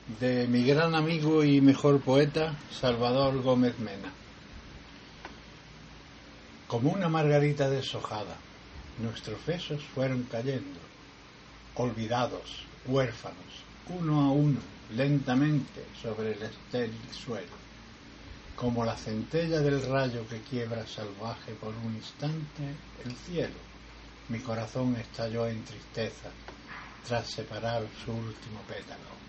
de mi gran amigo y mejor poeta, Salvador Gómez Mena. Como una margarita deshojada, nuestros besos fueron cayendo, olvidados, huérfanos, uno a uno, lentamente sobre el estéril suelo. Como la centella del rayo que quiebra salvaje por un instante el cielo, mi corazón estalló en tristeza tras separar su último pétalo.